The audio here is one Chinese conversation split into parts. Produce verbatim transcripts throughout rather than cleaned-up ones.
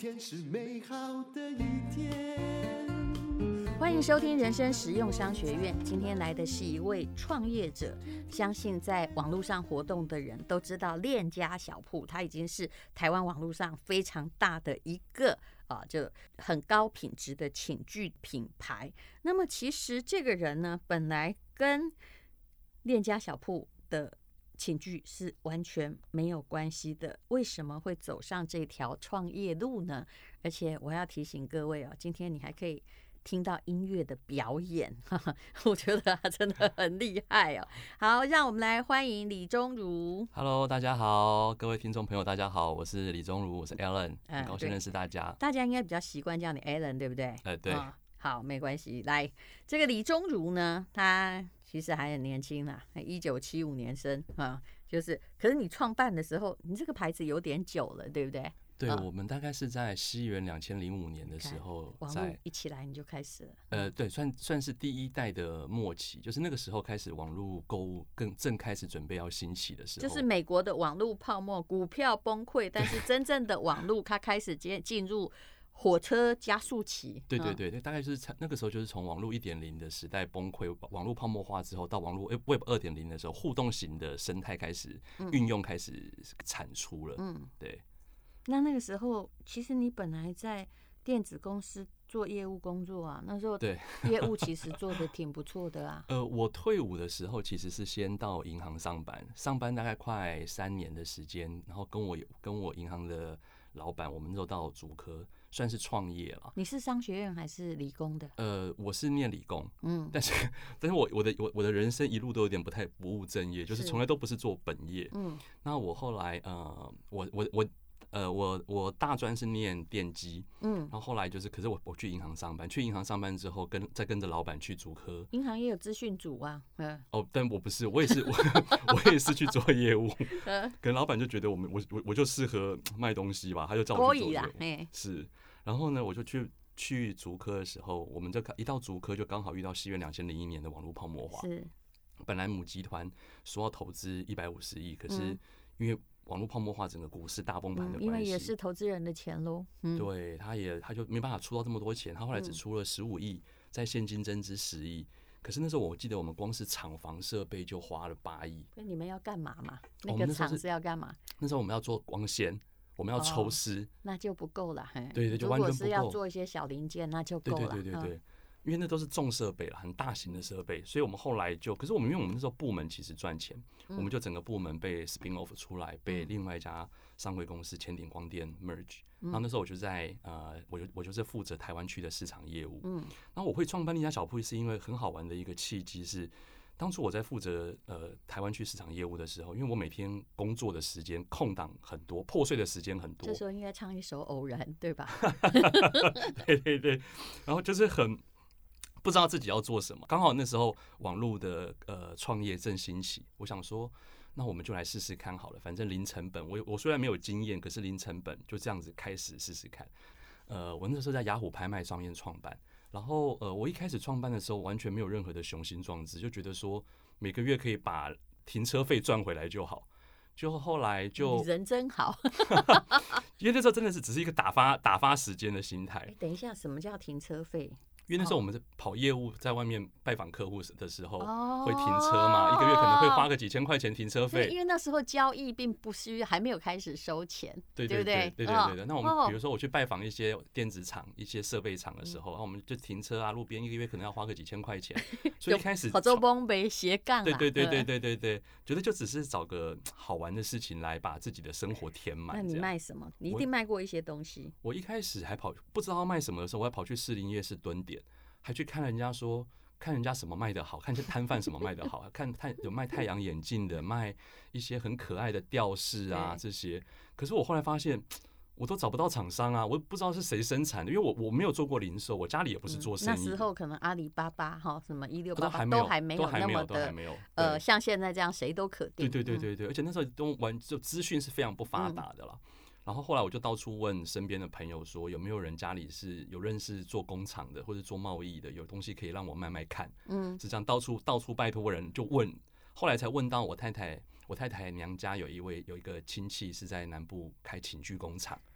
天是美好的一天。 欢迎收听人生实用商学院。今天来的是一位创业者，相信在网络上活动的人都知道链家小铺，它已经是台湾网络上非常大的一个啊，就很高品质的寝具品牌。那么其实这个人呢，本来跟链家小铺的寝具是完全没有关系的，为什么会走上这条创业路呢？而且我要提醒各位哦，今天你还可以听到音乐的表演，呵呵，我觉得他真的很厉害哦。好，让我们来欢迎李宗儒。 Hello， 大家好，各位听众朋友，大家好，我是李宗儒，我是 Alan， 很高兴认识大家。 嗯、大家应该比较习惯叫你 Alan， 对不对？ 呃，对、哦。 好，没关系。来，这个李宗儒呢，他其实还很年轻啦，一九七五年生啊，就是，可是你创办的时候，你这个牌子有点久了，对不对？ 对，我们大概是在西元两千零五年的时候， 网络一起来你就开始了。 呃，对，算算是第一代的末期，就是那个时候开始网络购物更正开始准备要兴起的时候。 就是美国的网络泡沫，股票崩溃，但是真正的网络它开始进入火车加速期。 对对对，大概就是那个时候，就是从网络一点零的时代崩溃，网络泡沫化之后，到网络 Web 二点零的时候，互动型的生态开始运用，开始产出了。嗯，对。 那那个时候，其实你本来在电子公司做业务工作啊，那时候对业务其实做的挺不错的啊。 呃，我退伍的时候其实是先到银行上班，上班大概快三年的时间，然后跟我跟我银行的老板，我们那时候到竹科，算是创业了。 你是商学院还是理工的？ 呃，我是念理工，嗯，但是但是我我的我我的人生一路都有点不太不务正业，就是从来都不是做本业，嗯。那我后来呃，我我我。呃，我我大专是念电机，嗯，然后后来就是，可是我我去银行上班，去银行上班之后跟再跟着老板去竹科， 银行也有资讯组啊，嗯， 哦，但我不是，我也是我我也是去做业务，可能老板就觉得我们我我我就适合卖东西吧，他就叫我去做业务，是，然后呢，我就去去竹科的时候，我们就一到竹科就刚好遇到西元两千零一年的网络泡沫化，是，本来母集团说要投资一百五十亿，可是因为网络泡沫化，整个股市大崩盘的关系、嗯， 因为也是投资人的钱喽。 嗯、对，他也他就没办法出到这么多钱，他后来只出了十五亿，在现金增资十亿。可是那时候我记得我们光是厂房设备就花了八亿。 那你们要干嘛嘛？那个厂是要干嘛？ 那时候我们要做光纤，我们要抽丝、哦， 那就不够了。 对对，就完全不够。 如果是要做一些小零件，那就够了。 对对对对对。嗯，因为那都是重设备了，很大型的设备，所以我们后来就，可是我们因为我们那时候部门其实赚钱，嗯、我们就整个部门被 spin off 出来，被另外一家上柜公司前鼎光电 merge，、嗯、然后那时候我就在呃，我就我就是负责台湾区的市场业务，嗯，然后我会创办那家小铺是因为很好玩的一个契机是，当初我在负责呃台湾区市场业务的时候，因为我每天工作的时间空档很多，破碎的时间很多， 这时候应该唱一首《偶然》对吧？ 对对对，然后就是很。不知道自己要做什么，刚好那时候网络的呃创业正兴起，我想说，那我们就来试试看好了，反正零成本，我我虽然没有经验，可是零成本就这样子开始试试看。呃，我那时候在雅虎拍卖上面创办，然后呃，我一开始创办的时候完全没有任何的雄心壮志，就觉得说每个月可以把停车费赚回来就好。就后来就人真好， 因为那时候真的是只是一个打发打发时间的心态。 等一下，什么叫停车费？ 因为那时候我们在跑业务，在外面拜访客户的时候会停车嘛，一个月可能会花个几千块钱停车费。 因为那时候交易并不是还没有开始收钱， 对对对对对对对。那我们比如说我去拜访一些电子厂、一些设备厂的时候，然后我们就停车啊，路边一个月可能要花个几千块钱。所以一开始好做崩呗斜杠， 对对对对对对对，觉得就只是找个好玩的事情来把自己的生活填满。 那你卖什么？你一定卖过一些东西。 我一开始还跑不知道要卖什么的时候，我还跑去士林夜市蹲点。还去看人家说，看人家什么卖得好，看这摊贩什么卖得好，看太有卖太阳眼镜的，卖一些很可爱的吊饰啊这些。可是我后来发现，我都找不到厂商啊，我不知道是谁生产的，因为我我没有做过零售，我家里也不是做生意、嗯。 那时候可能阿里巴巴哈什么一六八八都还没有那么的呃，像现在这样谁都可定。 对对对对对，而且那时候都玩就资讯是非常不发达的啦。嗯，然后后来我就到处问身边的朋友说，有没有人家里是有认识做工厂的或者做贸易的，有东西可以让我卖卖看。嗯，是这样到处到处拜托人就问，后来才问到我太太，我太太娘家有一位有一个亲戚是在南部开寝具工厂。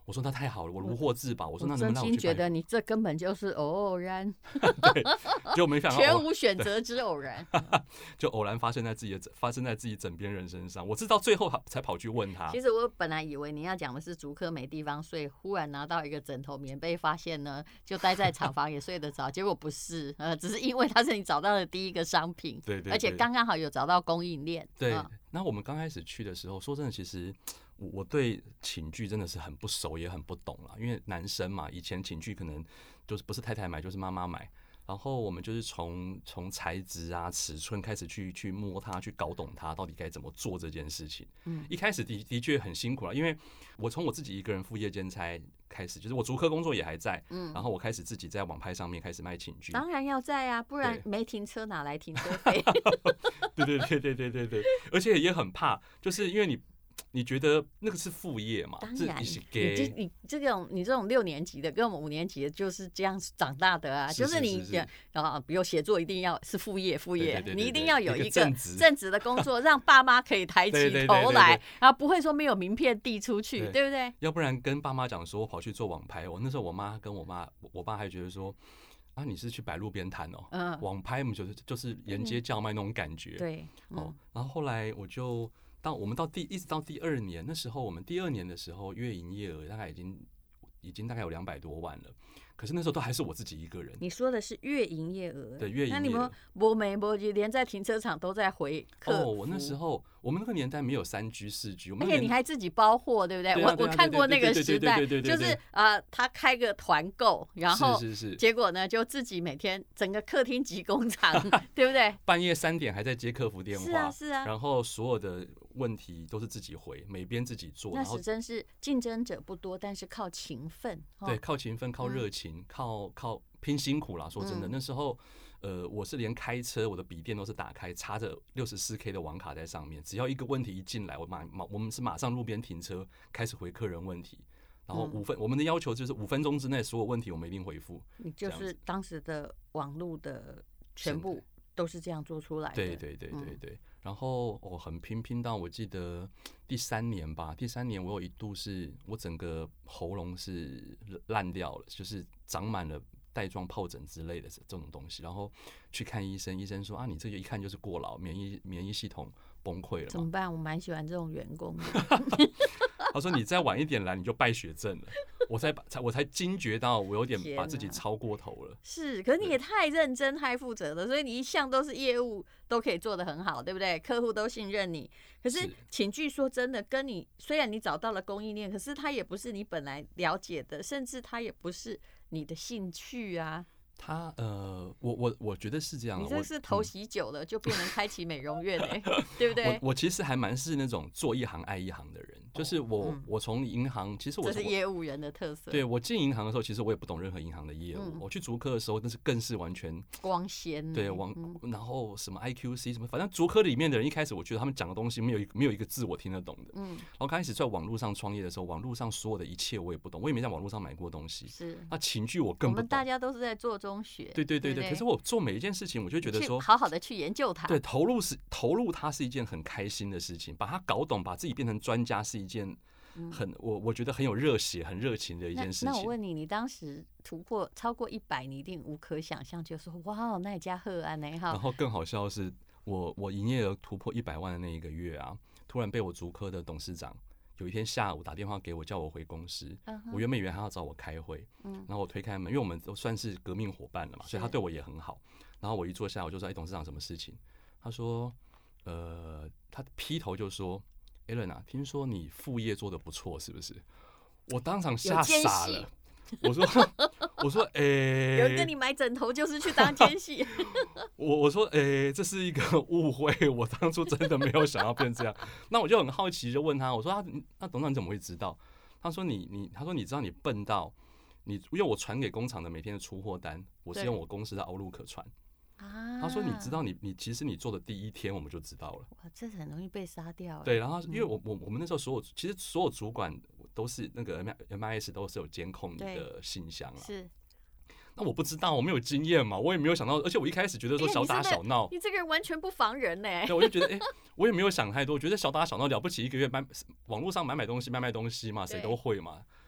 我说那太好了，我如获至宝。我说那我能不能让我去真心觉得你这根本就是偶然， 对，结果没想到全无选择之偶然， 就偶然发生在自己的发生在自己枕边人身上。我是到最后才跑去问他。 其实我本来以为你要讲的是竹科没地方睡，忽然拿到一个枕头棉被，发现呢就待在厂房也睡得着，结果不是，呃，只是因为它是你找到的第一个商品， 对 对, 对， 而且刚刚好有找到供应链。 对， 嗯、 那我们刚开始去的时候，说真的，其实我我对寝具真的是很不熟，也很不懂啦。因为男生嘛，以前寝具可能就是不是太太买，就是妈妈买。然后我们就是从从材质啊、尺寸开始去去摸它，去搞懂它到底该怎么做这件事情。嗯，一开始的的确很辛苦了，因为我从我自己一个人副业兼差开始，就是我竹科工作也还在，嗯，然后我开始自己在网拍上面开始卖寝具。 当然要在啊，不然没停车哪来停车费？ 对对对对对对对，而且也很怕，就是因为你。你觉得那个是副业嘛？ 当然， 你这你这种你这种六年级的跟我们五年级的就是这样长大的啊， 是就是你然后比如写作一定要是副业，副业对对对对对你一定要有一个正职正职的工作，让爸妈可以抬起头来，然后不会说没有名片递出去， 对, 对不对？ 要不然跟爸妈讲说我跑去做网拍，我那时候我妈跟我妈，我爸还觉得说。啊，你是去摆路边摊哦？嗯，网拍嘛，就是就是沿街叫卖那种感觉。 嗯、对，嗯、 哦，然后后来我就到我们到第一直到第二年，那时候我们第二年的时候，月营业额大概已经已经大概有两百多万了。可是那时候都还是我自己一个人。 你说的是月营业额？ 对，月营业额。 那你们没没没，连在停车场都在回客服。 哦，我那时候我们那个年代没有三 G 四 G， 而且你还自己包货，对不对？ 对啊、 我我看过那个时代，就是啊，他开个团购，然后是是是， 结果呢就自己每天整个客厅级工厂，对不对？ 半夜三点还在接客服电话， 是啊是啊， 然后所有的问题都是自己回，每边自己做。 那是真是竞争者不多，但是靠勤奋。 哦、对，靠勤奋，靠热情，嗯、靠靠。拼辛苦啦！说真的，嗯、那时候，呃，我是连开车，我的笔电都是打开，插着六十四 K 的网卡在上面。只要一个问题一进来，我马马我们是马上路边停车，开始回客人问题。然后五分，嗯、我们的要求就是五分钟之内所有问题我们一定回复。 你就是当时的网络的全部都是这样做出来的。 对对对对对。嗯、然后我、哦、很拼，拼到我记得第三年吧，第三年我有一度是我整个喉咙是烂掉了，就是长满了。带状疱疹之类的这种东西，然后去看医生，医生说啊，你这个一看就是过劳，免疫免疫系统崩溃了嘛。 怎么办？我蛮喜欢这种员工的。 他说你再晚一点来，你就败血症了。我才才我才惊觉到我有点把自己超过头了。 是，可是你也太认真太负责了，所以你一向都是业务都可以做得很好，对不对？客户都信任你。可是寝具说真的，跟你虽然你找到了供应链，可是它也不是你本来了解的，甚至它也不是你的兴趣啊。 他呃，我我我觉得是这样。 你这是头洗久了、嗯、就变成开启美容院哎、欸，对不对？ 我我其实还蛮是那种做一行爱一行的人，就是我、嗯、我从银行，其实我这是业务员的特色。 对，我进银行的时候，其实我也不懂任何银行的业务。嗯、我去竹科的时候，那是更是完全光鲜。 对，往、嗯、然后什么 I Q C 什么，反正竹科里面的人一开始我觉得他们讲的东西没有一没有一个字我听得懂的。嗯。然后刚开始在网络上创业的时候，网络上所有的一切我也不懂，我也没在网络上买过东西。 是。 那情绪我更不懂。 我们大家都是在做中学。 对对对。对对，可是我做每一件事情，我就觉得说， 好好的去研究它。 对，投入是投入，它是一件很开心的事情。把它搞懂，把自己变成专家，是一件很、嗯、我我觉得很有热血、很热情的一件事情。 那, 那我问你，你当时突破超过一百，你一定无可想象，就说哇，那一家贺安呢？哈。 然后更好笑的是，我我营业额突破一百万的那一个月啊，突然被我竹科的董事长。有一天下午打电话给我，叫我回公司。Uh-huh. 我原本以为他要找我开会，嗯、然后我推开门，因为我们都算是革命伙伴了嘛，所以他对我也很好。然后我一坐下，我就说：“哎、欸，董事长，什么事情？”他说：“呃，他劈头就说 ，Alan 啊，听说你副业做得不错，是不是？”我当场吓傻了。我说，我说，哎、欸， 有人跟你买枕头就是去当奸细。 我我说，哎、欸，这是一个误会，我当初真的没有想要变这样。那我就很好奇，就问他，我说，啊、那董事长你怎么会知道？他说你你，他说你知道你笨到你，因为我传给工厂的每天的出货单，我是用我公司的 Outlook 传。啊、他说：“你知道你，你你其实你做的第一天我们就知道了。 哇，这很容易被杀掉。 对，然后因为我我我们那时候所有其实所有主管都是那个 M I S 都是有监控你的信箱啊。是。那我不知道，我没有经验嘛，我也没有想到，而且我一开始觉得说小打小闹、欸， 你这个人完全不防人呢、欸。 对，我就觉得哎、欸，我也没有想太多，我觉得小打小闹了不起，一个月买网络上买买东西卖卖东西嘛，谁都会嘛。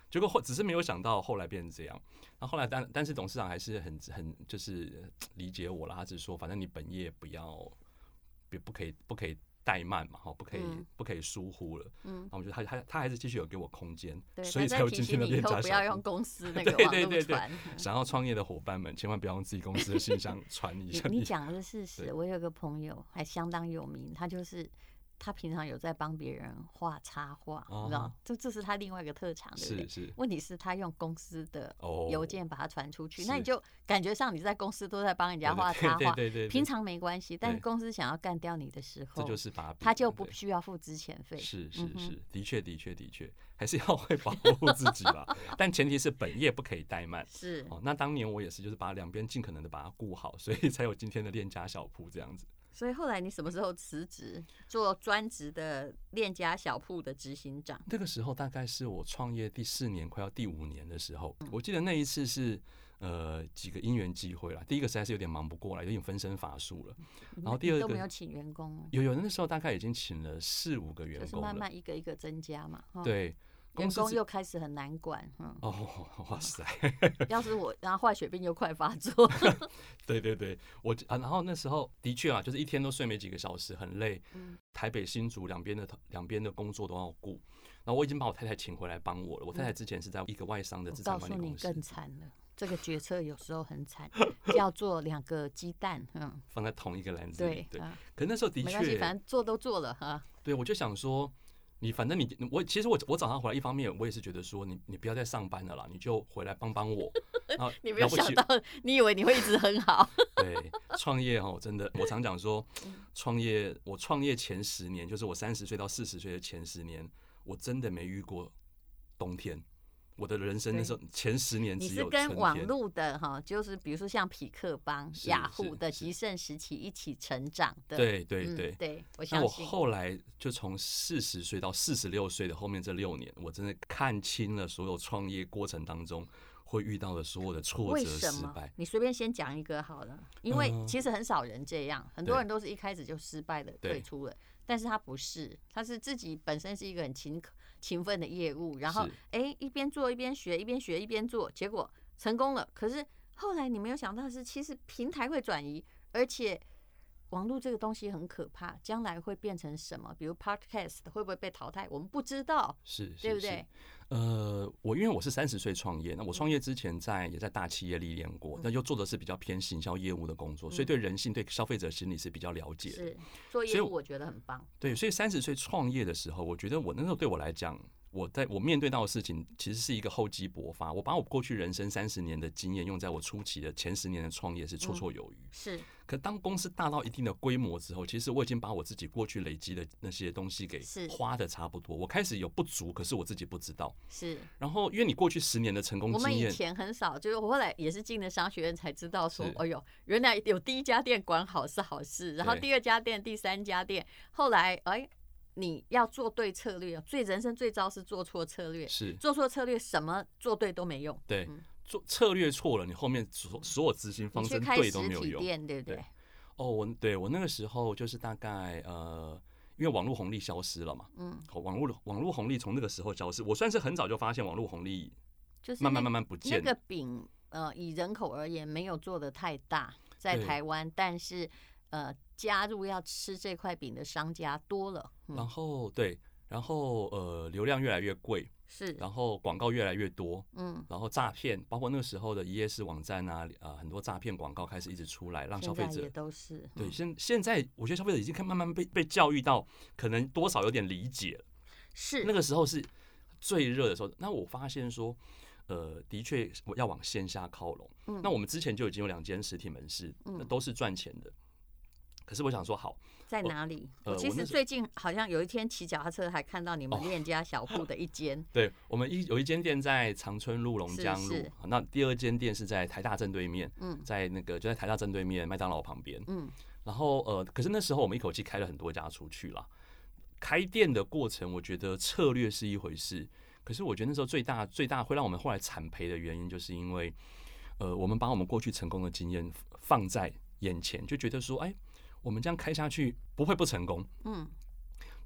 结果后只是没有想到后来变成这样。然后后来但但是董事长还是很很就是理解我了，他只是说反正你本业不要别不可以不可以怠慢嘛，不可以、嗯、不可以疏忽了。嗯，那我觉得他他他还是继续有给我空间，所以才有今天的链家小铺。 不要用公司那个网络传。对对对对， 想要创业的伙伴们，千万不要用自己公司的信箱传一下。 你讲的是事实，我有个朋友还相当有名，他就是。他平常有在帮别人画插画，你、哦、知道，这这是他另外一个特长，对不对？ 是是。 问题是，他用公司的邮件把它传出去， 哦、 那你就感觉上你在公司都在帮人家画插画， 对对对对对， 平常没关系，但是公司想要干掉你的时候， 这就是把他就不需要付资遣费。 是是是，嗯、的确的确的确，还是要会保护自己吧。但前提是本业不可以怠慢。 是。 哦，那当年我也是，就是把两边尽可能的把它顾好，所以才有今天的链家小铺这样子。 所以后来你什么时候辞职做专职的链家小铺的执行长？ 那个时候大概是我创业第四年，快要第五年的时候。嗯、我记得那一次是呃几个因缘机会啦。第一个实在是有点忙不过来，有点分身乏术了。然后第二个都没有请员工、哦， 有有那时候大概已经请了四五个员工了， 就是慢慢一个一个增加嘛。哦、 对。 员工又开始很难管，嗯， 哦，哇塞！ 要是我，然后坏血病又快发作。 对对对，我啊，然后那时候的确啊，就是一天都睡没几个小时，很累。嗯、台北新竹两边的两边的工作都要顾，然后我已经把我太太请回来帮我了。我太太之前是在一个外商的资产管理公司。 我告诉你更惨了，这个决策有时候很惨，要做两个鸡蛋，嗯， 放在同一个篮子里。对， 对啊、可是那时候的确没关系，反正做都做了哈。 对，我就想说。你反正你我其实我我早上回来，一方面我也是觉得说你你不要再上班了啦，你就回来帮帮我。 你没有想到，你以为你会一直很好。 对，创业哦，真的，我常讲说，创业我创业前十年，就是我三十岁到四十岁的前十年，我真的没遇过冬天。我的人生那时候前十年只有春天。 你是跟网络的哈，就是比如说像匹克邦、雅虎的极盛时期一起成长的。 对对对、 嗯、对，我相信。 那我后来就从四十岁到四十六岁的后面这六年，我真的看清了所有创业过程当中会遇到的所有的挫折、失败。 你随便先讲一个好了，因为其实很少人这样，嗯、很多人都是一开始就失败了退出了，但是他不是，他是自己本身是一个很勤勤奋的业务，然后哎、欸、一边做一边学，一边学一边做，结果成功了。可是后来你没有想到的是，其实平台会转移，而且网络这个东西很可怕，将来会变成什么？比如 podcast 会不会被淘汰？我们不知道， 是， 对不对？ 呃，我因为我是三十岁创业，那我创业之前在也在大企业历练过，那、嗯、又做的是比较偏行销业务的工作，嗯、所以对人性、对消费者心理是比较了解的。 是做业务，我觉得很棒。 对，所以三十岁创业的时候，我觉得我那时候对我来讲，我在我面对到的事情其实是一个厚积薄发。我把我过去人生三十年的经验用在我初期的前十年的创业是绰绰有余。 嗯、是。 可当公司大到一定的规模之后，其实我已经把我自己过去累积的那些东西给花的差不多。我开始有不足，可是我自己不知道。 是。 然后，因为你过去十年的成功经验， 我们以前很少，就是我后来也是进了商学院才知道说，哎呦，原来有第一家店管好是好事，然后第二家店、第三家店，后来哎。你要做对策略，最人生最糟是做错策略。 是做错策略，什么做对都没用。 对，嗯、做策略错了，你后面所所有执行方针对都没有用。 店对不对？ 对哦，我对我那个时候就是大概呃，因为网络红利消失了嘛，嗯，网络网络红利从那个时候消失，我算是很早就发现网络红利就是慢慢慢慢不见。 那个饼呃，以人口而言没有做得太大，在台湾，但是呃。加入要吃这块饼的商家多了， 嗯、然后对，然后呃流量越来越贵， 是， 然后广告越来越多，嗯，然后诈骗，包括那个时候的一页式网站啊，呃很多诈骗广告开始一直出来，让消费者也都是， 对，现现在我觉得消费者已经看慢慢被被教育到，可能多少有点理解了， 是， 那个时候是最热的时候，那我发现说。呃，的确要往线下靠拢。嗯，那我们之前就已经有两间实体门市，嗯，都是赚钱的。可是我想说，好， 在哪里？我其实最近好像有一天骑脚踏车，还看到你们链家小铺的一间。 对，我们一有一间店在长春路龙江路，那第二间店是在台大正对面，嗯，在那个就在台大正对面麦当劳旁边，嗯。然后呃，可是那时候我们一口气开了很多家出去啦。开店的过程，我觉得策略是一回事。可是我觉得那时候最大最大会让我们后来惨赔的原因，就是因为，呃，我们把我们过去成功的经验放在眼前，就觉得说，哎，我们这样开下去不会不成功。嗯。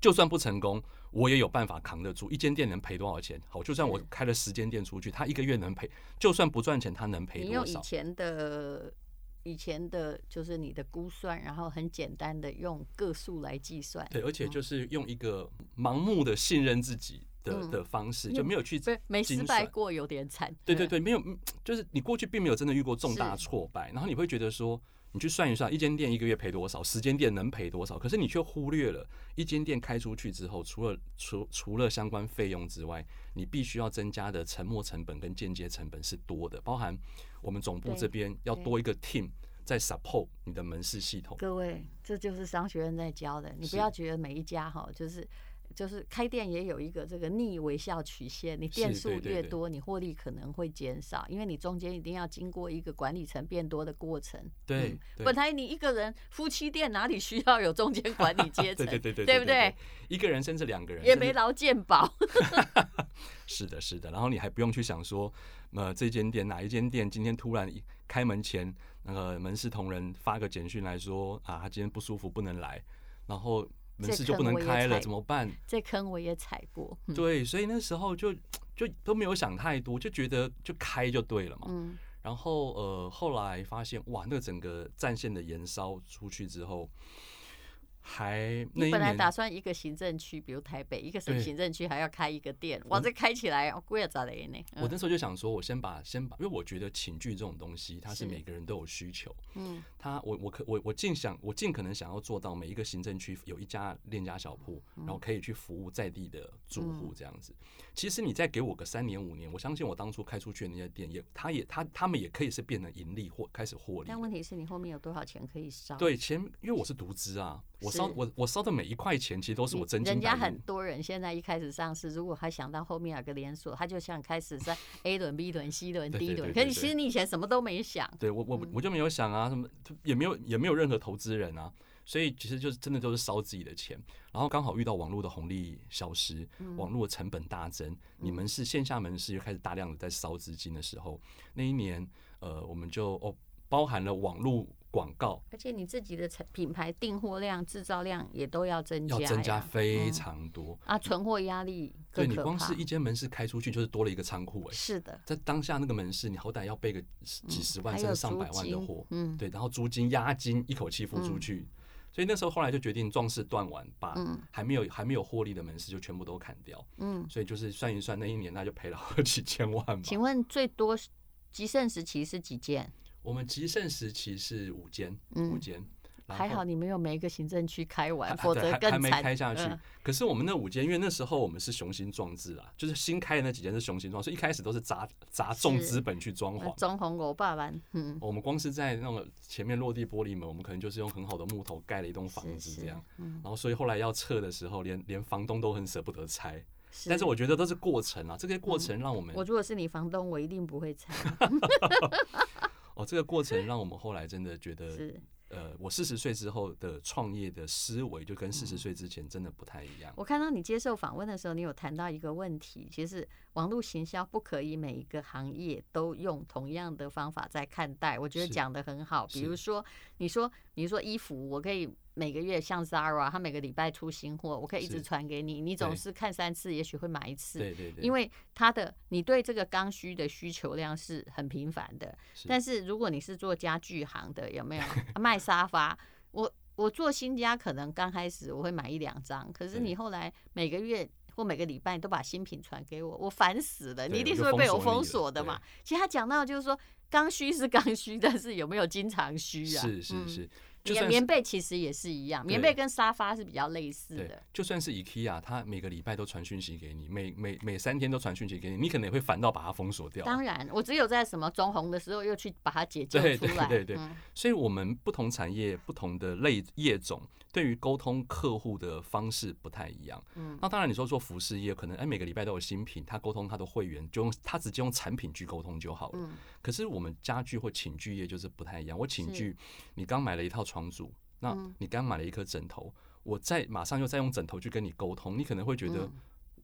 就算不成功，我也有办法扛得住。一间店能赔多少钱？好，就算我开了十间店出去，他一个月能赔，就算不赚钱，他能赔多少？ 你用以前的以前的就是你的估算，然后很简单的用个数来计算。 对，而且就是用一个盲目的信任自己的、嗯、的方式，就没有去不是没失败过，有点惨。 对对对，没有，就是你过去并没有真的遇过重大挫败，然后你会觉得说。你去算一算，一间店一个月赔多少，十间店能赔多少？可是你却忽略了，一间店开出去之后，除了除除了相关费用之外，你必须要增加的沉没成本跟间接成本是多的，包含我们总部这边要多一个 team 在 support 你的门市系统。 各位，这就是商学院在教的，你不要觉得每一家哈就是。就是开店也有一个这个逆微笑曲线，你店数越多，你获利可能会减少，因为你中间一定要经过一个管理层变多的过程。 对， 嗯、本来你一个人夫妻店哪里需要有中间管理阶层？ 对对对对， 对不对？ 一个人甚至两个人也没劳健保。 是的，是的。然后你还不用去想说，呃，这间店哪一间店今天突然开门前，那个门市同仁发个简讯来说啊，他今天不舒服不能来，然后。门市就不能开了，怎么办？ 这坑我也踩过。 嗯、对，所以那时候就就都没有想太多，就觉得就开就对了嘛。嗯、然后呃，后来发现哇，那整个战线的延烧出去之后，还那一年你本来打算一个行政区，比如台北一个省行政区还要开一个店，哇，这开起来贵要咋的呢？ 我那时候就想说，我先把先把，因为我觉得寝具这种东西，它是每个人都有需求。嗯，他我我可我我尽想我尽可能想要做到每一个行政区有一家链家小铺，然后可以去服务在地的住户这样子。其实你再给我个三年五年，我相信我当初开出去的那些店也，他也他他们也可以是变得盈利或开始获利。 但问题是你后面有多少钱可以烧？ 对，钱因为我是独资啊。我烧我我烧的每一块钱，其实都是我真金白银。 人家很多人现在一开始上市，如果还想到后面有个连锁，他就想开始在 A 轮、B 轮、C 轮、D 轮。可是其实你以前什么都没想。 对我我我就没有想啊，什么也没有也没有任何投资人啊，所以其实就是真的都是烧自己的钱。然后刚好遇到网络的红利消失，网络的成本大增，你们是线下门市又开始大量的在烧资金的时候，那一年呃我们就哦包含了网络。广告， 而且你自己的品牌订货量、制造量也都要增加， 要增加非常多、 嗯、啊！存货压力更可怕。对，你光是一间门市开出去，就是多了一个仓库哎。 是的， 在当下那个门市，你好歹要备个几十万、嗯、甚至上百万的货，嗯，对，然后租金、押金一口气付出去、嗯，所以那时候后来就决定壮士断腕，把还没有还没有获利的门市就全部都砍掉，嗯，所以就是算一算，那一年那就赔了好几千万吧。 请问最多极盛时期是几件？ 我们极盛时期是五间，五间、 嗯，还好你没有每一个行政区开完，否则更惨。 还没开下去、 嗯。 可是我们那五间，因为那时候我们是雄心壮志啦，就是新开的那几间是雄心壮志，所以一开始都是砸砸重资本去装潢。 装潢五百万，嗯。 我们光是在那种前面落地玻璃门，我们可能就是用很好的木头盖了一栋房子这样。是是嗯、然后所以后来要撤的时候，连连房东都很舍不得拆。是但是我觉得都是过程啊，这些过程让我们、 嗯。我如果是你房东，我一定不会拆。 哦，这个过程让我们后来真的觉得，呃，我四十岁之后的创业的思维就跟四十岁之前真的不太一样。 我看到你接受访问的时候，你有谈到一个问题，其实网络行销不可以每一个行业都用同样的方法在看待，我觉得讲得很好。比如说，你说你说衣服，我可以每个月像 Zara， 他每个礼拜出新货，我可以一直传给你，你总是看三次，也许会买一次。 对对对。 因为他的你对这个刚需的需求量是很频繁的，但是如果你是做家具行的，有没有卖沙发？我我做新家可能刚开始我会买一两张，可是你后来每个月或每个礼拜都把新品传给我，我烦死了，你一定是会被我封锁的嘛。其实他讲到就是说，刚需是刚需，但是有没有经常需啊？ 是是是。 嗯棉被其实也是一样，棉被跟沙发是比较类似的。 就算是 IKEA， 它每个礼拜都传讯息给你，每每每三天都传讯息给你，你可能也会烦到把它封锁掉。 当然，我只有在什么中红的时候又去把它解救出来。 对对对对、嗯、所以我们不同产业、不同的类业种，对于沟通客户的方式不太一样。嗯，那当然你说做服饰业，可能哎每个礼拜都有新品，他沟通他的会员就用他直接用产品去沟通就好了。嗯，可是我们家具或寝具业就是不太一样。我寝具，你刚买了一套床组。那你刚买了一颗枕头，我再马上又再用枕头去跟你沟通，你可能会觉得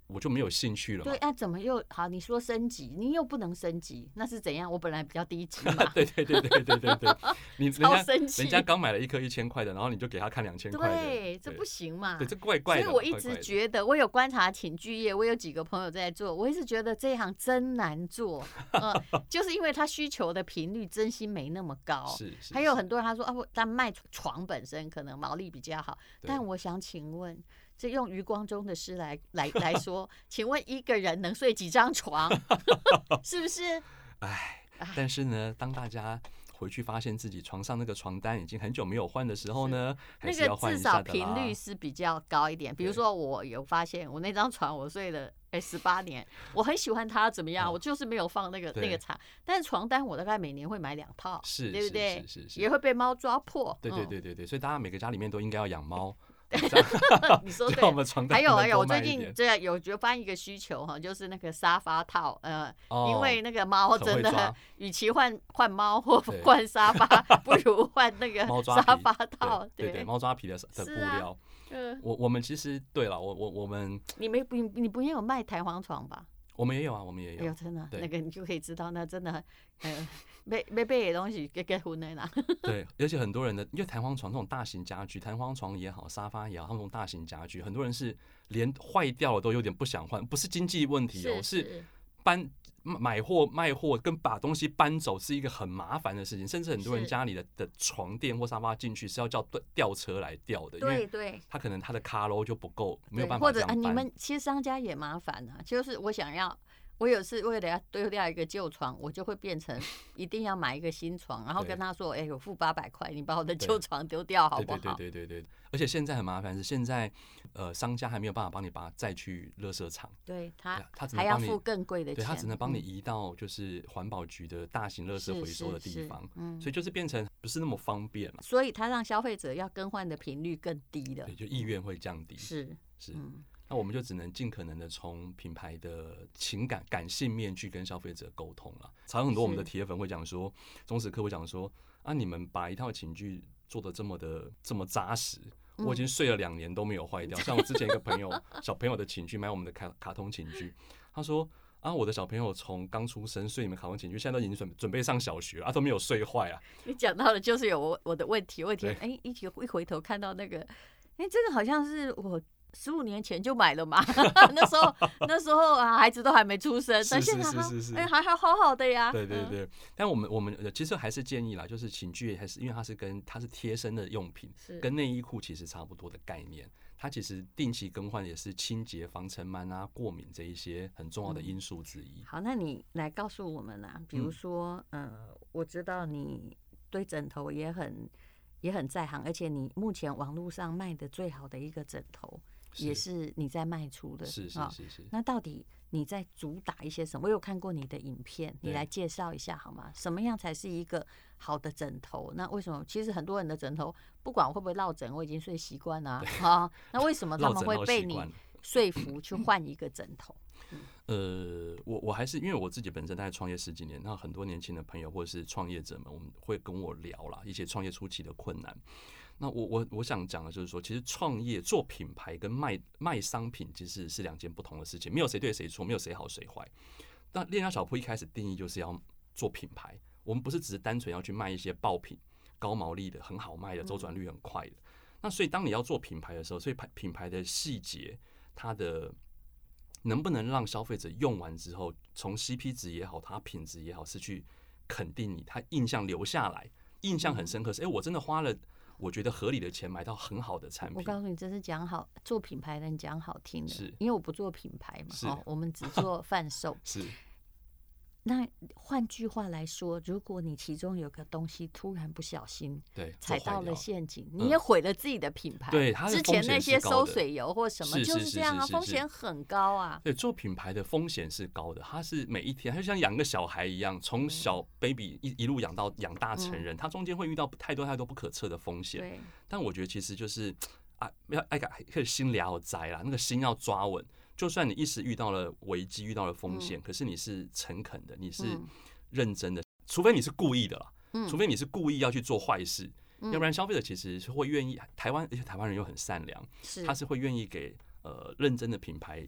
我就没有兴趣了嘛。 对，那、啊、怎么又好？你说升级，你又不能升级，那是怎样？我本来比较低级嘛。 对对对对对对对，你人超家生气人家刚买了一颗一千块的，然后你就给他看两千块的， 对，这不行嘛。 对，这怪怪的。 所以我一直怪怪觉得，我有观察寝具业，我有几个朋友在做，我一直觉得这一行真难做，呃，就是因为他需求的频率真心没那么高。 是是。 还有很多人他说啊，但卖床本身可能毛利比较好，但我想请问。这用余光中的诗来来来说，请问一个人能睡几张床？是不是？ 哎，但是呢，当大家回去发现自己床上那个床单已经很久没有换的时候呢，还是要换一下的啦。 那个至少频率是比较高一点。比如说，我有发现，我那张床我睡了哎十八年，我很喜欢它，怎么样？我就是没有放那个那个茶，但是床单我大概每年会买两套， 是， 对不对？ 是是是， 也会被猫抓破。 对对对对对，所以大家每个家里面都应该要养猫。 你说对，还有还有，我最近这有觉发现一个需求哈，就是那个沙发套，呃， 哦、 因为那个猫真的，与其换换猫或换沙发，不如换那个沙发套， 对 对, 对，猫抓皮的的布料。 嗯， 我我们其实对了，我我我们， 你没你你不也有卖弹簧床吧？ 我们也有啊，我们也有。 哎呦，真的，那个你就可以知道，那真的，呃，买买买的东西结结婚的啦。 对，而且很多人的，因为弹簧床这种大型家具，弹簧床也好，沙发也好，他们这种大型家具，很多人是连坏掉了都有点不想换，不是经济问题哦，是, 是搬买货卖货跟把东西搬走是一个很麻烦的事情，甚至很多人家里的的床垫或沙发进去是要叫吊车来吊的， 对对， 他可能他的卡楼就不够，没有办法或者、 这样搬。 啊、你们其实商家也麻烦啊，就是我想要。我有次为了要丢掉一个旧床，我就会变成一定要买一个新床，然后跟他说：“哎、欸，我付八百块，你把我的旧床丢掉好不好？” 对对对对对。而且现在很麻烦是，现在呃商家还没有办法帮你把它载去垃圾场， 对他他还要付更贵的钱， 对他只能帮你移到就是环保局的大型垃圾回收的地方， 嗯， 所以就是变成不是那么方便了。 所以他让消费者要更换的频率更低了， 对，就意愿会降低。 是是。 嗯， 那我们就只能尽可能的从品牌的情感感性面去跟消费者沟通了。常很多我们的铁粉会讲说，忠实客户讲说啊，你们把一套寝具做的这么的这么扎实，我已经睡了两年都没有坏掉。嗯、像我之前一个朋友小朋友的寝具，买我们的卡卡通寝具，他说啊，我的小朋友从刚出生睡你们卡通寝具，现在都已经准准备上小学啊，都没有睡坏啊。 你讲到的就是有我我的问题，问题哎，一一回头看到那个，哎，这个好像是我。十五年前就买了嘛，那时候那时候啊，孩子都还没出生，但现在哎还还好好的呀。 对对对，嗯、但我们我们其实还是建议啦，就是寝具还是因为它是跟它是贴身的用品，跟内衣裤其实差不多的概念。它其实定期更换也是清洁、防尘螨啊、过敏这一些很重要的因素之一。 嗯、好，那你来告诉我们啦，比如说，嗯、呃，我知道你对枕头也很也很在行，而且你目前网络上卖的最好的一个枕头。也是你在卖出的， 是是是是。 那到底你在主打一些什么？我有看过你的影片，你来介绍一下好吗？什么样才是一个好的枕头？那为什么？其实很多人的枕头，不管会不会落枕，我已经睡习惯了啊。那为什么他们会被你说服去换一个枕头？ 呃，我我还是因为我自己本身在创业十几年，那很多年轻的朋友或者是创业者们，我们会跟我聊啦一些创业初期的困难。那我我我想讲的就是说，其实创业做品牌跟卖卖商品其实是两件不同的事情，没有谁对谁错，没有谁好谁坏。那链家小铺一开始定义就是要做品牌，我们不是只是单纯要去卖一些爆品、高毛利的、很好卖的、周转率很快的。那所以当你要做品牌的时候，所以品牌的细节，它的能不能让消费者用完之后，从 C P 值也好，它品质也好，是去肯定你，他印象留下来，印象很深刻是，哎、欸，我真的花了。我觉得合理的钱买到很好的产品。 我告诉你，这是讲好做品牌的人讲好听的， 是因为我不做品牌嘛，哦，我们只做贩售。 是。 那换句话来说，如果你其中有个东西突然不小心对踩到了陷阱， 嗯、 你也毁了自己的品牌。 对，它的风险是高的。 之前那些收水油或什么是就是这样啊，风险很高啊。 对，做品牌的风险是高的，它是每一天，它就像养个小孩一样，从小 baby 一一路养到养大成人，它、嗯、中间会遇到太多太多不可测的风险。 对，但我觉得其实就是啊，要爱个可以心了摘啦，那个心要抓稳。就算你一时遇到了危机，遇到了风险、嗯，可是你是诚恳的，你是认真的，嗯、除非你是故意的啦、嗯，除非你是故意要去做坏事、嗯，要不然消费者其实是会愿意。台湾，而且台湾人又很善良，他是会愿意给呃认真的品牌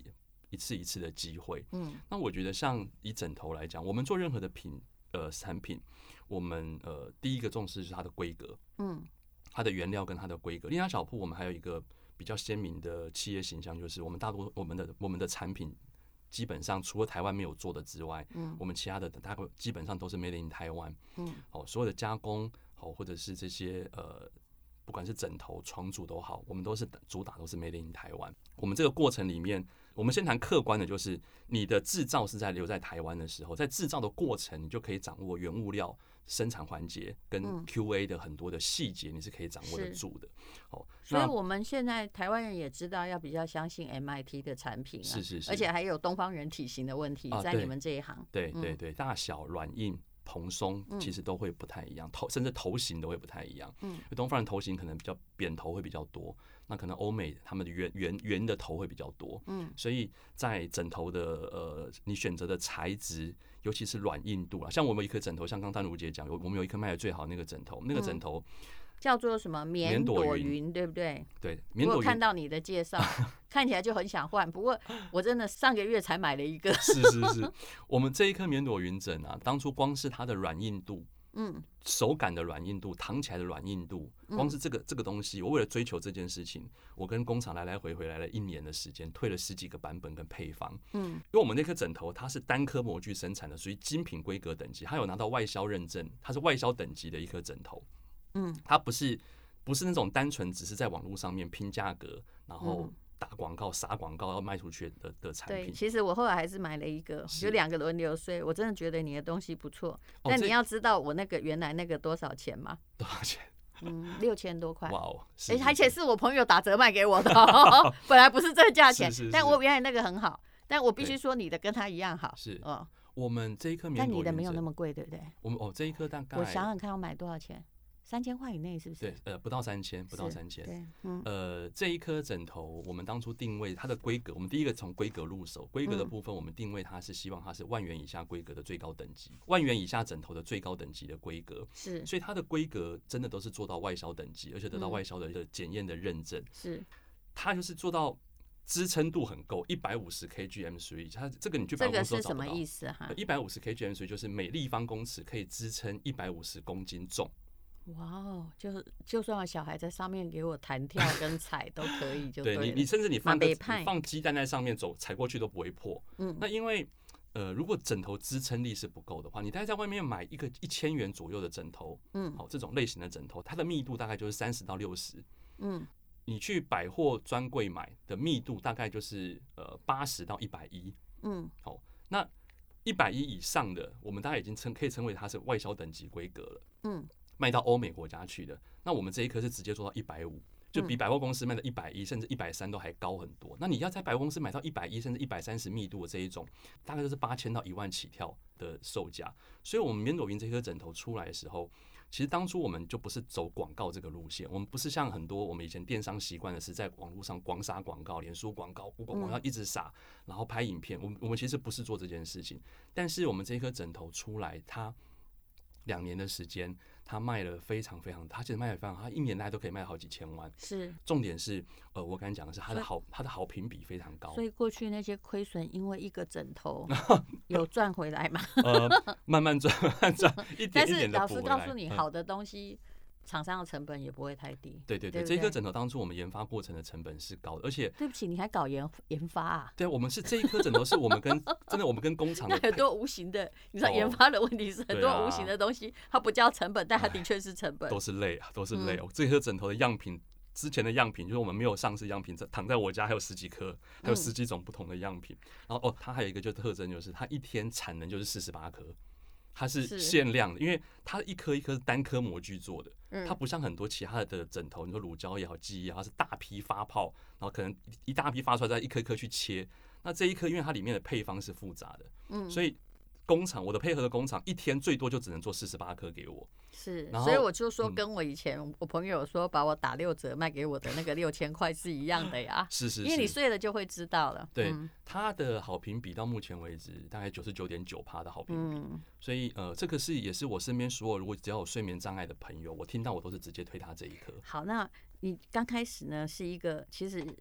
一次一次的机会。 嗯， 那我觉得像以枕头来讲，我们做任何的品呃产品，我们呃第一个重视是它的规格， 嗯， 它的原料跟它的规格。链家小铺我们还有一个比较鲜明的企业形象，就是我们大多我们的我们的产品基本上除了台湾没有做的之外，嗯，我们其他的大概基本上都是 made in 台湾，嗯，哦，所有的加工哦或者是这些呃。不管是枕头、床组都好，我们都是主打都是 made in 台湾。我们这个过程里面，我们先谈客观的，就是你的制造是在留在台湾的时候，在制造的过程，你就可以掌握原物料、生产环节跟 Q A 的很多的细节，你是可以掌握得住的。哦， 所以我们现在台湾人也知道要比较相信 M I T 的产品啊， 是是是， 而且还有东方人体型的问题，在你们这一行， 对对对，大小、软硬。蓬松其实都会不太一样，头甚至头型都会不太一样。嗯，东方人头型可能比较扁头会比较多，那可能欧美他们的圆圆圆的头会比较多。嗯，所以在枕头的呃，你选择的材质，尤其是软硬度啊，像我们一颗枕头，像刚丹如姐讲，我们有一颗卖的最好那个枕头，那个枕头。嗯叫做什么棉朵云，对不对？ 对， 棉朵云。我看到你的介绍，看起来就很想换。不过我真的上个月才买了一个。 是是是，我们这一颗棉朵云枕啊，当初光是它的软硬度，嗯，手感的软硬度，躺起来的软硬度，光是这个这个东西，我为了追求这件事情，我跟工厂来来回回来了一年的时间，退了十几个版本跟配方。嗯，因为我们那颗枕头它是单颗模具生产的，属于精品规格等级，它有拿到外销认证，它是外销等级的一颗枕头。嗯，它不是不是那种单纯只是在网络上面拼价格，然后打广告、撒广告要卖出去的的产品。 对，其实我后来还是买了一个，有两个轮流睡。我真的觉得你的东西不错，哦、但你要知道我那个原来那个多少钱吗？ 多少钱？ 嗯，六千多块。 哇哦！ 而且而且是我朋友打折卖给我的、哦，本来不是这个价钱， 是是是但我原来那个很好，但我必须说你的跟他一样好。 是哦，我们这一颗棉朵云枕， 但你的没有那么贵，对不对？ 我们哦，这一颗大概我想想看，我买多少钱？三千块以内是不是？ 对，呃，不到三千，不到三千。对，嗯，呃，这一颗枕头，我们当初定位它的规格，我们第一个从规格入手，规格的部分我们定位它是希望它是万元以下规格的最高等级，万元以下枕头的最高等级的规格。 是， 所以它的规格真的都是做到外销等级，而且得到外销的检验的认证。 是， 它就是做到支撑度很够，一百五十 kilograms， 它这个你去百货公司都找不到。这个是什么意思哈？ 一百五十 kilograms 就是每立方公尺可以支撑一百五十公斤重。 哇哦，就是就算小孩在上面给我弹跳跟踩都可以就对了， 对你，你甚至你放个你放鸡蛋在上面走，踩过去都不会破。嗯，那因为呃，如果枕头支撑力是不够的话，你大概在外面买一个一千元左右的枕头，嗯，好、哦、这种类型的枕头，它的密度大概就是三十到六十，嗯，你去百货专柜买的密度大概就是呃八十到一百一，嗯，好、哦，那一百一以上的，我们大概已经称可以称为它是外销等级规格了，嗯。卖到欧美国家去的，那我们这一颗是直接做到一百五，就比百货公司卖的一百一甚至一百三都还高很多。那你要在百货公司买到一百一甚至一百三十密度的这一种，大概就是八千到一万起跳的售价。所以，我们棉朵云这颗枕头出来的时候，其实当初我们就不是走广告这个路线，我们不是像很多我们以前电商习惯的是在网络上广撒广告、脸书广告、Google广告一直撒，然后拍影片。我们我们其实不是做这件事情，但是我们这颗枕头出来，它两年的时间。他卖了非常非常，他其实卖的非常好，他一年大概都可以卖好几千万。 是， 重点是，呃，我刚才讲的是他的好，他的好评比非常高。 所以过去那些亏损，因为一个枕头有赚回来吗？ 呃，慢慢赚，慢慢赚，一点一点的补回来。 但是老实告诉你，好的东西。厂商的成本也不会太低。 对对对，这一颗枕头当初我们研发过程的成本是高的，而且对不起，你还搞研研发啊？ 对，我们是这一颗枕头是我们跟真的我们跟工厂的很多无形的，你知道研发的问题是很多无形的东西，它不叫成本，但它的确是成本。 都是累啊，都是累哦。这颗枕头的样品，之前的样品就是我们没有上市样品，躺在我家还有十几颗，还有十几种不同的样品。然后哦，它还有一个就特征就是它一天产能就是四十八颗。它是限量的，因为它一颗一颗是单颗模具做的，它不像很多其他的枕头，你说乳胶也好、记忆也好，它是大批发泡，然后可能一大批发出来，再一颗一颗去切。那这一颗，因为它里面的配方是复杂的，所以工厂我的配合的工厂一天最多就只能做四十八颗给我。 是，所以我就说跟我以前我朋友说把我打六折卖给我的那个六千块是一样的呀。 是是是， 因为你睡了就会知道了。 对，它的好评比到目前为止大概九十九点九趴的好评比，嗯、所以呃，这个是也是我身边所有如果只要有睡眠障碍的朋友，我听到我都是直接推他这一颗。 好，那你刚开始呢是一个其实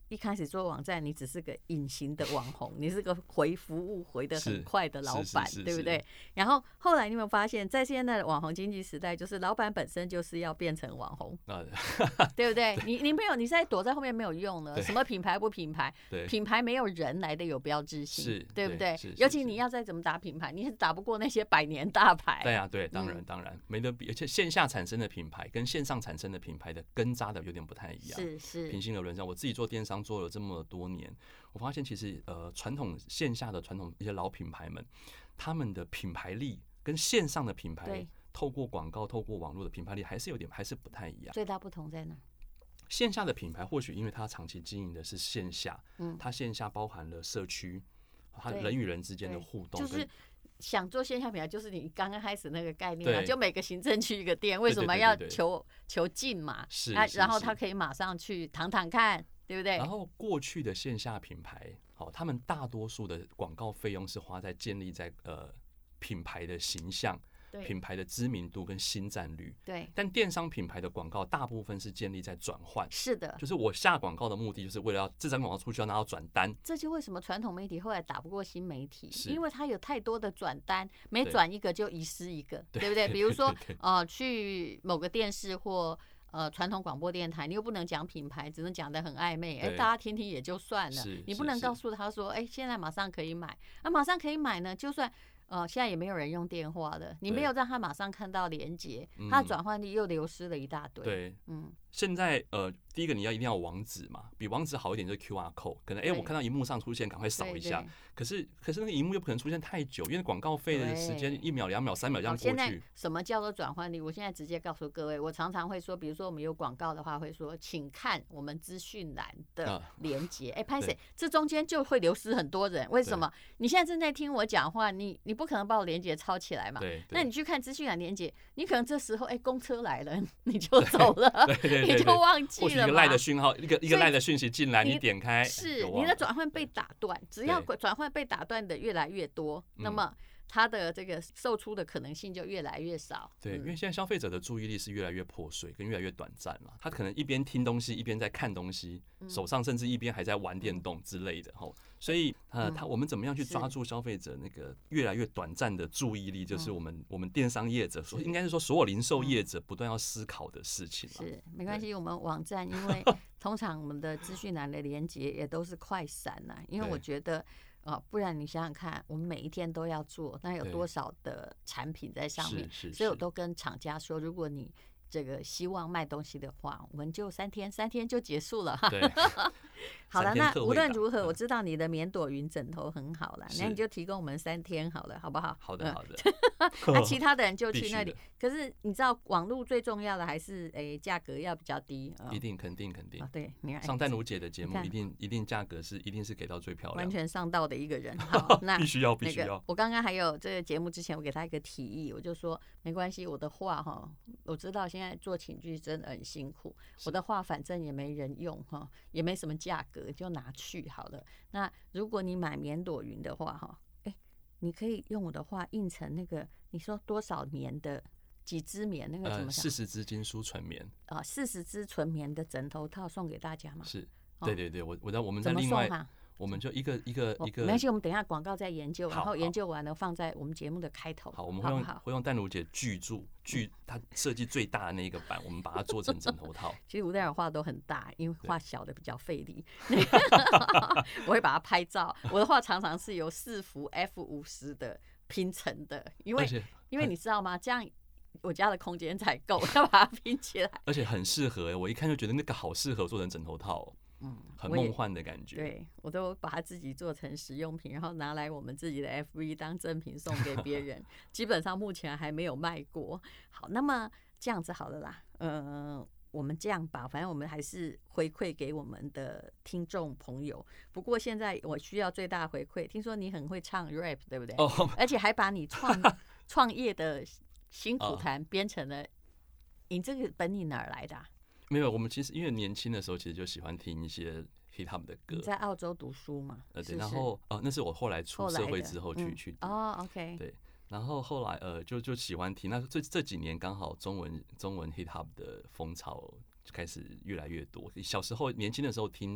一开始做网站，你只是个隐形的网红，你是个回服务回得很快的老板，对不对？然后后来你有没有发现，在现在的网红经济时代，就是老板本身就是要变成网红，对不对？你你没有，你现在躲在后面没有用了。什么品牌不品牌？品牌没有人来的有标志性，对不对？尤其你要再怎么打品牌，你是打不过那些百年大牌。 对啊，对，当然当然没得比，而且线下产生的品牌跟线上产生的品牌的根扎的有点不太一样。 是是， 平心而论，像我自己做电商做了这么多年，我发现其实呃传统线下的传统一些老品牌们，他们的品牌力跟线上的品牌透过广告、透过网络的品牌力还是有点还是不太一样。 最大不同在哪？ 线下的品牌或许因为它长期经营的是线下，嗯，它线下包含了社区，它人与人之间的互动， 就是想做线下品牌，就是你刚刚开始那个概念啊，就每个行政区一个店，为什么要求求近嘛？ 是， 然后他可以马上去躺躺看，对不对？ 然后过去的线下品牌，好，他们大多数的广告费用是花在建立在呃品牌的形象。品牌的知名度跟新占率， 对， 但电商品牌的广告大部分是建立在转换， 是的， 就是我下广告的目的就是为了要这张广告出去要拿到转单。 这就为什么传统媒体后来打不过新媒体，因为它有太多的转单，每转一个就遗失一个， 对, 对不对？比如说呃，去某个电视或呃传统广播电台，你又不能讲品牌，只能讲得很暧昧，哎，大家听听也就算了，你不能告诉他说，哎，现在马上可以买，啊，马上可以买呢，就算。呃，现在也没有人用电话了，你没有让他马上看到连结，他的转换率又流失了一大堆。 对，嗯，现在呃，第一个你要一定要有网址嘛，比网址好一点就是 Q R code， 可能哎、欸，我看到荧幕上出现，赶快扫一下。可是可是那个荧幕又不可能出现太久，因为广告费的时间一秒、两秒、三秒这样过去。 现在什么叫做转换率？我现在直接告诉各位，我常常会说，比如说我们有广告的话，会说，请看我们资讯栏的连结。哎、啊，拍谁？这中间就会流失很多人，为什么？你现在正在听我讲话，你你不可能把我连结抄起来嘛？ 对。 那你去看资讯栏连结，你可能这时候哎、欸，公车来了，你就走了， 对对对对你就忘记了。 或许一个赖的讯号，一个一个赖的讯息进来，你点开， 是你的转换被打断。只要转换被打断的越来越多，那么它的这个售出的可能性就越来越少。 对，因为现在消费者的注意力是越来越破碎，跟越来越短暂了。他可能一边听东西，一边在看东西，手上甚至一边还在玩电动之类的。吼，所以呃，他我们怎么样去抓住消费者那个越来越短暂的注意力，就是我们我们电商业者说，应该是说所有零售业者不断要思考的事情。 是，没关系，我们网站因为通常我们的资讯栏的连结也都是快闪呐，因为我觉得。哦，不然你想想看，我们每一天都要做，那有多少的产品在上面？所以我都跟厂家说，如果你这个希望卖东西的话，我们就三天，三天就结束了哈。好了，那无论如何，我知道你的棉朵云枕头很好了，那你就提供我们三天好了，好不好？ 好的，好的。 那其他的人就去那里。可是你知道，网络最重要的还是诶价格要比较低。 一定，肯定，肯定。 对，你看上淡如姐的节目，一定一定价格是一定是给到最漂亮， 完全上道的一个人。好，那必须要，必须要。 我刚刚还有这个节目之前，我给他一个提议，我就说没关系，我的画哈，我知道现在做寝具真的很辛苦，我的画反正也没人用哈，也没什么价格，就拿去好了。那如果你买棉朵云的话哈，哎，你可以用我的画印成那个，你说多少棉的几支棉那个怎么讲？ 四十支金属纯棉啊，四十支纯棉的枕头套送给大家吗？ 是，对对对，我我在我们在另外。我们就一个一个一个， 没关系，我们等一下广告再研究，然后研究完了放在我们节目的开头。 好，我们会用会用淡如姐巨著巨，它设计最大的那一个版，我们把它做成枕头套。 其实吴代尔画都很大，因为画小的比较费力。我会把它拍照，我的画常常是由四幅 F 五十的拼成的，因为因为你知道吗？这样我家的空间才够，要把它拼起来。 而且很适合，我一看就觉得那个好适合做成枕头套。嗯，很梦幻的感觉。 对，我都把它自己做成实用品，然后拿来我们自己的 F B 当赠品送给别人。基本上目前还没有卖过。好，那么这样子好了啦，呃，我们这样吧，反正我们还是回馈给我们的听众朋友。不过现在我需要最大的回馈，听说你很会唱 rap， 对不对？哦，而且还把你创创业的辛苦谈编成了。你这个本你哪儿来的、啊？ 没有，我们其实因为年轻的时候，其实就喜欢听一些 hip hop 的歌。 你在澳洲读书嘛？ 呃，对，然后呃，那是我后来出社会之后去、嗯、去读。 哦 ，OK。 对，然后后来呃，就就喜欢听。那这这几年刚好中文中文 hip hop 的风潮就开始越来越多。小时候年轻的时候听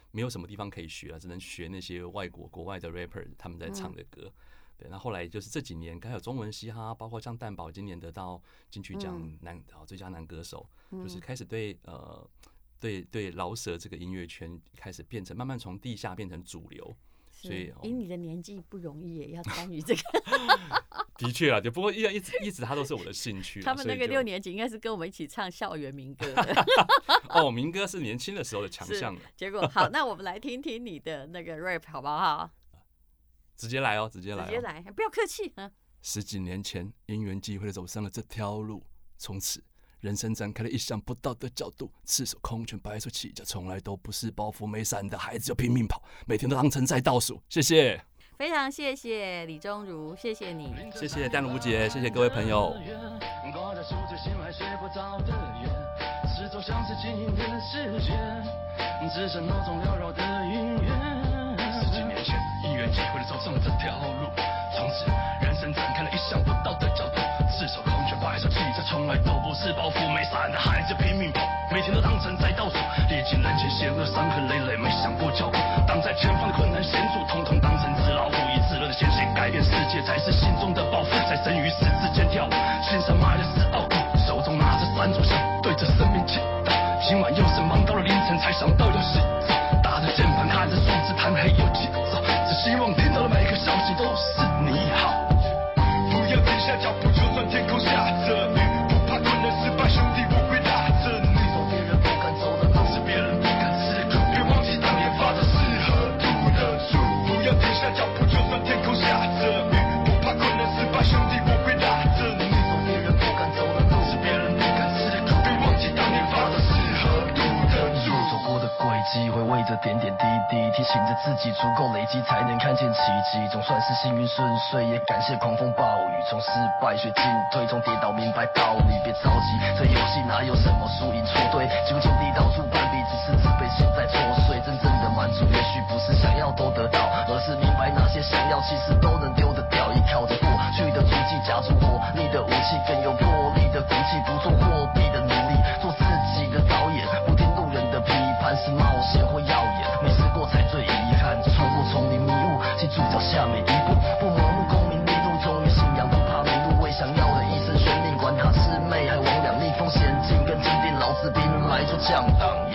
没有什么地方可以学啊，只能学那些外国国外的 rapper 他们在唱的歌。嗯对，那后来就是这几年，还有中文嘻哈，包括像蛋堡今年得到金曲奖男、嗯、最佳男歌手，嗯、就是开始对呃对对饶舌这个音乐圈开始变成慢慢从地下变成主流。所以以你的年纪不容易也要参与这个。 的确啊，不过一直一直它都是我的兴趣。 他们那个六年级应该是跟我们一起唱校园民歌的。 哦，民歌是年轻的时候的强项。 结果好，那我们来听听你的那个 rap 好不好？ 直接来哦，直接来、哦， 直接来，不要客气啊！ 十几年前，因缘际会的走上了这条路，从此人生展开了意想不到的角度。赤手空拳，白手起家，从来都不是包袱没伞的孩子，就拼命跑，每天都当成在倒数。谢谢， 非常谢谢李宗儒，谢谢你， 谢谢淡如姐，谢谢各位朋友。 挂在书嘴心外写不着的缘，是走向是经营的世界，只剩那种缭绕的音乐。十几年前，因缘际会的走上了这条路，从此人生展开了意想不到的角度。赤手空拳，白手起家，从来都不是包袱没伞的孩子，拼命跑，每天都当成在倒数。历经人前险恶，伤痕累累，没想过脚步。挡在前方的困难险阻，统统当成纸老虎。以炙热的鲜血改变世界，才是心中的抱负。在生与死之间跳舞，心上埋的是傲骨，手中拿着三炷香，对着生命祈祷。今晚又是忙到了凌晨，才想到要洗澡。打着键盘，看着数字，贪黑又急躁，只希望听到的每个消息都是你好。不要停下脚步，就算天空下着雨，不怕困难失败，兄弟我会拉着你。走别人不敢走的路，是别人不敢吃苦，别忘记当年发的誓和赌的注。不要停下脚步，就算天空下着雨，不怕困难失败，兄弟我会拉着你。走别人不敢走的路，是别人不敢吃苦，别忘记当年发的誓和赌的注。走过的轨迹，回味着点点滴滴，提醒着自己足够累积，才能看见奇迹。总算是幸运顺遂，也感谢狂风暴雨，从失败学进退，从跌倒明白道理。别着急，这游戏哪有什么输赢错对？几乎尽力到处攀比，只是自卑心在作祟。真正的满足，也许不是想要都得到，而是明白哪些想要其实都能丢得掉。依靠着过去的足迹，夹住活力的武器，更有魄力的骨气，不做货币的奴隶，做自己的导演，不听路人的批判，是冒险或耀眼，没试过才最遗憾。穿过丛林迷雾，记住脚下每一步，不盲目功名利禄，忠于信仰，不怕迷路，为想要的一生悬命，管他魑魅还魍魉，逆风险境，跟坚定老子兵来做降挡。